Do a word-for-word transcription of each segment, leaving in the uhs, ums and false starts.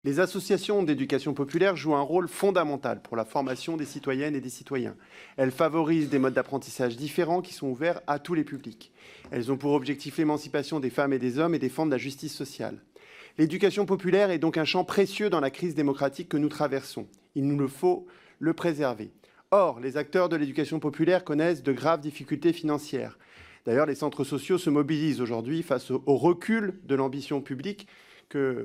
Les associations d'éducation populaire jouent un rôle fondamental pour la formation des citoyennes et des citoyens. Elles favorisent des modes d'apprentissage différents qui sont ouverts à tous les publics. Elles ont pour objectif l'émancipation des femmes et des hommes et défendent la justice sociale. L'éducation populaire est donc un champ précieux dans la crise démocratique que nous traversons. Il nous le faut le préserver. Or, les acteurs de l'éducation populaire connaissent de graves difficultés financières. D'ailleurs, les centres sociaux se mobilisent aujourd'hui face au recul de l'ambition publique que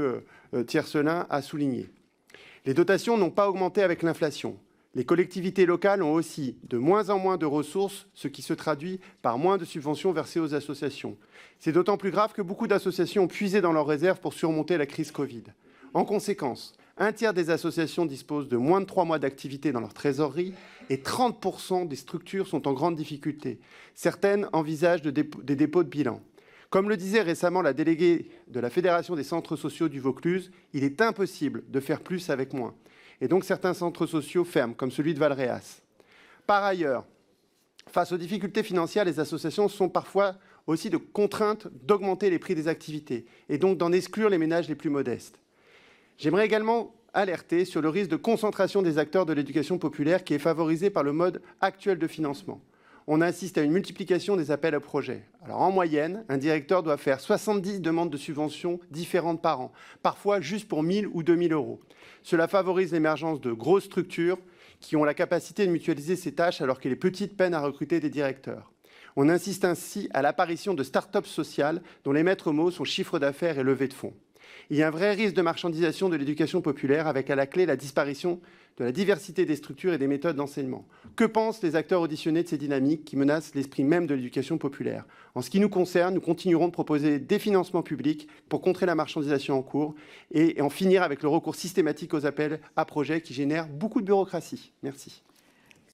M. Tiercelin a souligné. Les dotations n'ont pas augmenté avec l'inflation. Les collectivités locales ont aussi de moins en moins de ressources, ce qui se traduit par moins de subventions versées aux associations. C'est d'autant plus grave que beaucoup d'associations ont puisé dans leurs réserves pour surmonter la crise Covid. En conséquence, un tiers des associations disposent de moins de trois mois d'activité dans leur trésorerie et trente pour cent des structures sont en grande difficulté. Certaines envisagent de dépôt, des dépôts de bilan. Comme le disait récemment la déléguée de la Fédération des centres sociaux du Vaucluse, il est impossible de faire plus avec moins. Et donc certains centres sociaux ferment, comme celui de Valréas. Par ailleurs, face aux difficultés financières, les associations sont parfois aussi de contraintes d'augmenter les prix des activités et donc d'en exclure les ménages les plus modestes. J'aimerais également alerter sur le risque de concentration des acteurs de l'éducation populaire qui est favorisé par le mode actuel de financement. On assiste à une multiplication des appels à projets. Alors en moyenne, un directeur doit faire soixante-dix demandes de subventions différentes par an, parfois juste pour mille ou deux mille euros. Cela favorise l'émergence de grosses structures qui ont la capacité de mutualiser ces tâches alors que les petites peinent à recruter des directeurs. On insiste ainsi à l'apparition de start-up sociales dont les maîtres mots sont chiffre d'affaires et levée de fonds. Il y a un vrai risque de marchandisation de l'éducation populaire avec à la clé la disparition de la diversité des structures et des méthodes d'enseignement. Que pensent les acteurs auditionnés de ces dynamiques qui menacent l'esprit même de l'éducation populaire? En ce qui nous concerne, nous continuerons de proposer des financements publics pour contrer la marchandisation en cours et en finir avec le recours systématique aux appels à projets qui génèrent beaucoup de bureaucratie. Merci.